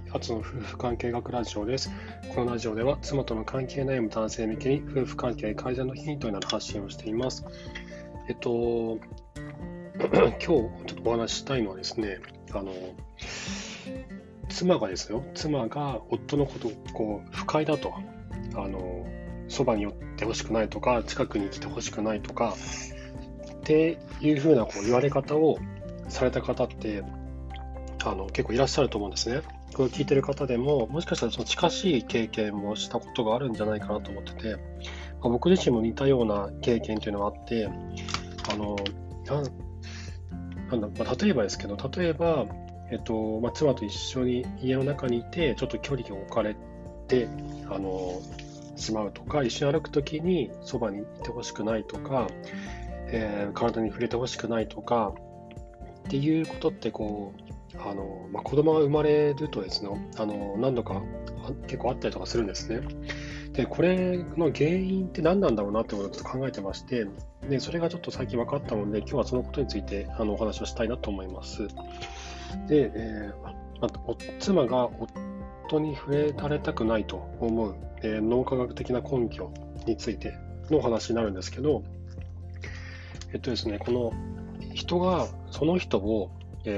アツの夫婦関係学ラジオです。このラジオでは妻との関係悩む男性向けに夫婦関係改善のヒントになる発信をしています。今日ちょっとお話ししたいのはですね、妻が夫のことを不快だと、そばに寄ってほしくないとか、近くに来てほしくないとかっていうふうな言われ方をされた方って結構いらっしゃると思うんですね。これを聞いてる方でも、もしかしたらその近しい経験もしたことがあるんじゃないかなと思ってて、僕自身も似たような経験というのがあって、例えばですけど、妻と一緒に家の中にいて、ちょっと距離を置かれてしまうとか、一緒に歩くときにそばにいてほしくないとか、体に触れてほしくないとかっていうことって子供が生まれるとですね、何度か結構あったりとかするんですね。で、これの原因って何なんだろうなってことをちょっと考えてまして、で、それがちょっと最近分かったので、今日はそのことについてお話をしたいなと思います。で、妻が夫に触れられたくないと思う、脳科学的な根拠についてのお話になるんですけど、ですね、この人がその人を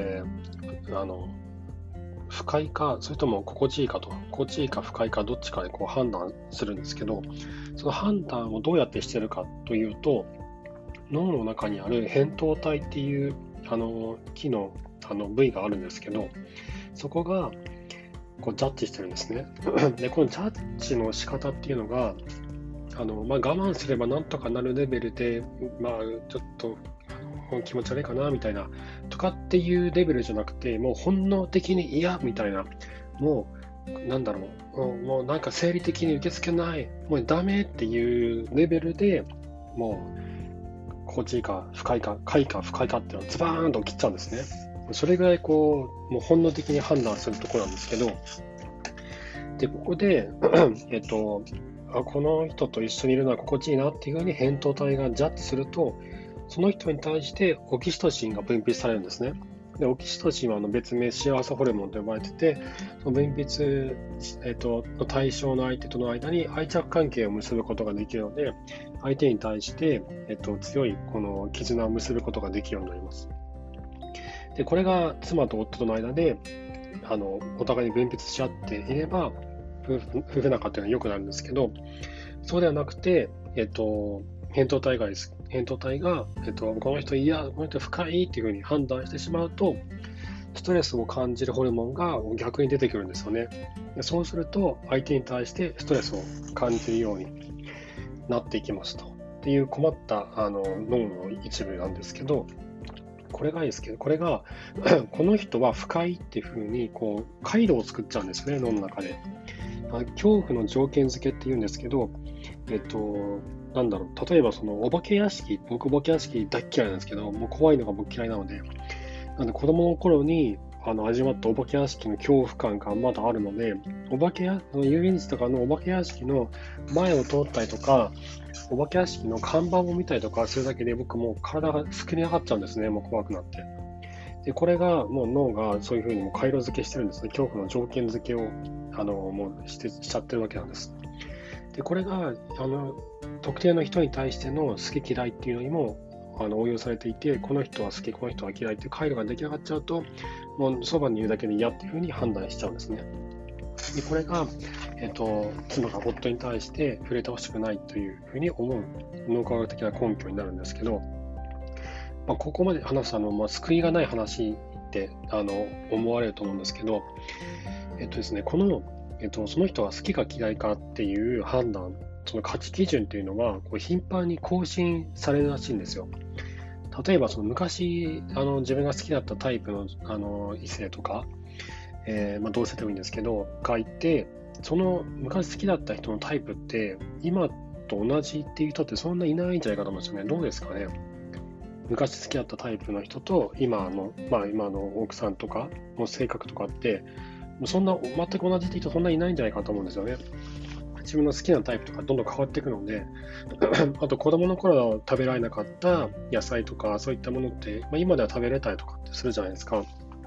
不快か、それとも心地いいか不快かどっちかで判断するんですけど、その判断をどうやってしているかというと、脳の中にある扁桃体っていう機能部位があるんですけど、そこがジャッジしてるんですね。で、このジャッジの仕方っていうのが我慢すればなんとかなるレベルで、ちょっと気持ち悪いかなみたいなとかっていうレベルじゃなくて、もう本能的に嫌みたいな、もうなんか生理的に受け付けない、もうダメっていうレベルでもう心地いいか不快か快か不快かっていうのをズバーンと切っちゃうんですね。それぐらいもう本能的に判断するところなんですけど、でここでこの人と一緒にいるのは心地いいなっていうふうに扁桃体がジャッジすると、その人に対してオキシトシンが分泌されるんですね。で、オキシトシンは別名幸せホルモンと呼ばれてて、その分泌、の対象の相手との間に愛着関係を結ぶことができるので、相手に対して、強いこの絆を結ぶことができるようになります。で、これが妻と夫との間でお互いに分泌し合っていれば夫婦仲っていうのは良くなるんですけど、そうではなくて、扁桃体が、この人嫌、この人不快っていうふうに判断してしまうと、ストレスを感じるホルモンが逆に出てくるんですよね。で、そうすると、相手に対してストレスを感じるようになっていきますと。っていう困った脳の一部なんですけど、これがこの人は不快っていうふうに回路を作っちゃうんですね、脳の中で。恐怖の条件付けっていうんですけど、例えば僕お化け屋敷大嫌いなんですけど、もう怖いのが僕嫌いなので、子供の頃に味わったお化け屋敷の恐怖感がまだあるので、遊園地とかのお化け屋敷の前を通ったりとか、お化け屋敷の看板を見たりとかするだけで僕もう体がすくり上がっちゃうんですね、もう怖くなって。で、これがもう脳がそういうふうにもう回路付けしてるんですね。恐怖の条件付けをもうしちゃってるわけなんです。で、これが特定の人に対しての好き嫌いっていうのにも応用されていて、この人は好き、この人は嫌いっていう回路が出来上がっちゃうと、もうそばにいるだけで嫌っていうふうに判断しちゃうんですね。で、これが、妻が夫に対して触れてほしくないというふうに思う脳科学的な根拠になるんですけど、ここまで話す救いがない話って思われると思うんですけど、ですね、その人が好きか嫌いかっていう判断、その価値基準っていうのは頻繁に更新されるらしいんですよ。例えば昔自分が好きだったタイプの異性とか、同性でもいいんですけどがいて、その昔好きだった人のタイプって今と同じっていう人ってそんないないんじゃないかと思うんですよね。どうですかね。昔好きだったタイプの人と今の奥さんとかの性格とかってそんな全く同じって人そんなにいないんじゃないかと思うんですよね。自分の好きなタイプとかどんどん変わっていくのであと子供の頃食べられなかった野菜とかそういったものって、今では食べれたりとかってするじゃないですか。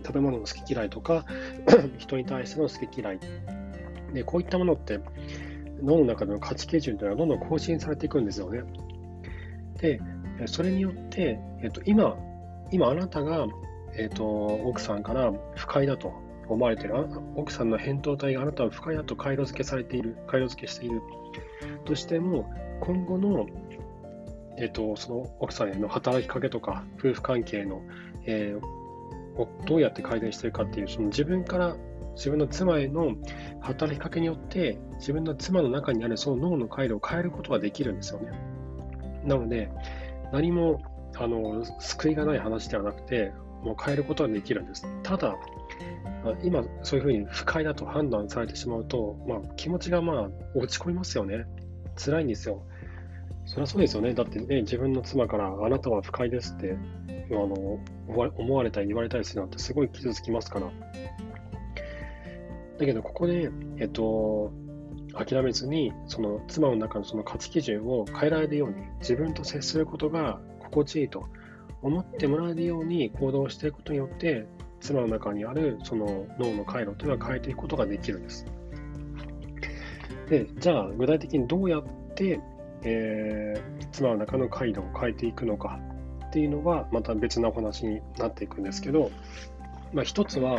食べ物の好き嫌いとか人に対しての好き嫌いで、こういったものって脳の中での価値基準というのはどんどん更新されていくんですよね。で、それによって、今あなたが、奥さんから不快だと思われている、奥さんの扁桃体があなたは不快だと回路付けしているとしても、今後の、その奥さんへの働きかけとか、夫婦関係の、をどうやって改善しているかっていう、その自分の妻への働きかけによって、自分の妻の中にあるその脳の回路を変えることができるんですよね。なので、何も救いがない話ではなくて、もう変えることができるんです。ただ、今そういうふうに不快だと判断されてしまうと、気持ちが落ち込みますよね。辛いんですよ。そりゃそうですよね。だってね、自分の妻からあなたは不快ですって思われたり言われたりするのってすごい傷つきますから。だけどここで、諦めずにその妻の中のその価値基準を変えられるように、自分と接することが心地いいと思ってもらえるように行動していくことによって、妻の中にあるその脳の回路というのは変えていくことができるんです。で、じゃあ具体的にどうやって、妻の中の回路を変えていくのかっていうのはまた別なお話になっていくんですけど、一つは、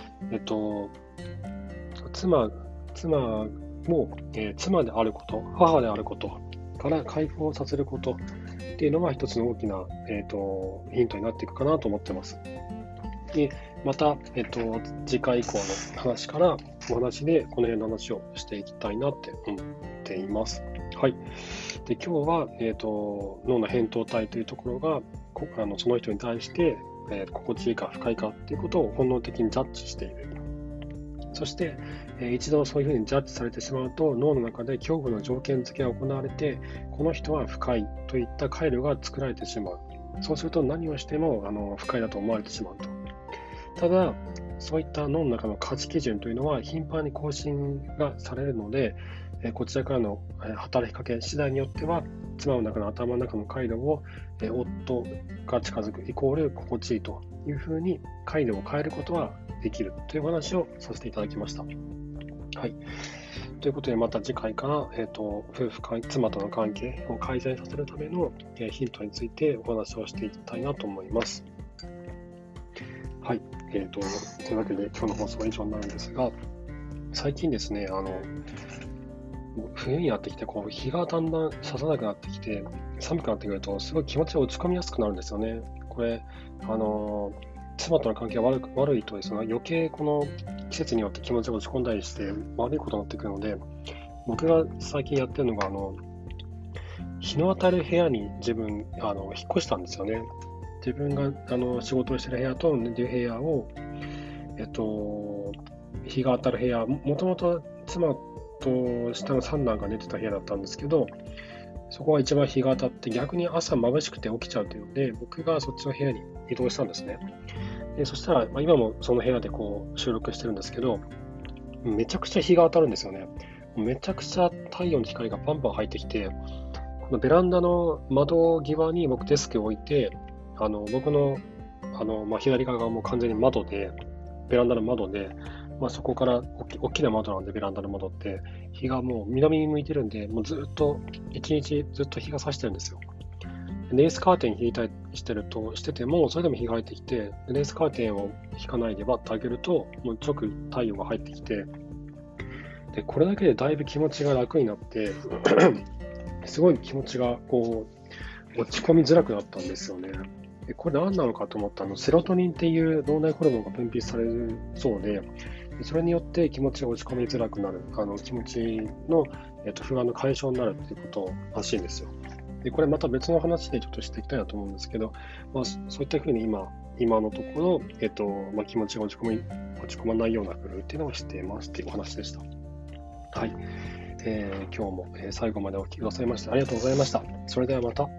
妻も、妻であること、母であることから解放させることっていうのが一つの大きな、ヒントになっていくかなと思ってます。で、また、次回以降の話からお話でこの辺の話をしていきたいなって思っています。はい。で、今日は、脳の扁桃体というところがその人に対して、心地いいか不快かっていうことを本能的にジャッジしている。そして、一度そういうふうにジャッジされてしまうと、脳の中で恐怖の条件付けが行われて、この人は不快といった回路が作られてしまう。そうすると何をしても不快だと思われてしまうと。ただ、そういった脳の中の価値基準というのは頻繁に更新がされるので、こちらからの働きかけ次第によっては、妻の中の頭の中の回路を夫が近づくイコール心地いいというふうに回路を変えることはできるという話をさせていただきました。はい。ということで、また次回から、妻との関係を改善させるための、ヒントについてお話をしていきたいなと思います。はい。というわけで、今日の放送は以上になるんですが、最近ですね、冬になってきて、日がだんだん差さなくなってきて、寒くなってくると、すごい気持ちが落ち込みやすくなるんですよね。これ、妻との関係が悪いとですね、余計この季節によって気持ちが落ち込んだりして悪いことになってくるので、僕が最近やってるのが、日の当たる部屋に自分、引っ越したんですよね。自分が仕事をしている部屋と寝ている部屋を、日が当たる部屋、もともと妻と下の三男が寝てた部屋だったんですけど、そこが一番日が当たって逆に朝眩しくて起きちゃうというので、僕がそっちの部屋に移動したんですね。でそしたら、今もその部屋で収録してるんですけど、めちゃくちゃ日が当たるんですよね。めちゃくちゃ太陽の光がパンパン入ってきて、このベランダの窓際に僕デスクを置いて、僕の、左側がもう完全に窓で、ベランダの窓で、そこから大きな窓なんで、ベランダの窓って、日がもう南に向いてるんで、もうずっと、一日ずっと日が差してるんですよ。レースカーテン引いたりしてても、それでも日が入ってきて、レースカーテンを引かないでバッと開けると、もう直太陽が入ってきて、で、これだけでだいぶ気持ちが楽になって、すごい気持ちが落ち込みづらくなったんですよね。でこれ何なのかと思ったセロトニンっていう脳内ホルモンが分泌されるそうで、それによって気持ちが落ち込みづらくなる、気持ちの、不安の解消になるということらしいんですよ。でこれまた別の話でちょっとしていきたいなと思うんですけど、そういったふうに今のところ、気持ちが落ち込まないような工夫っていうのをしていますというお話でした。はい。今日も最後までお聞きくださいましてありがとうございました。それではまた。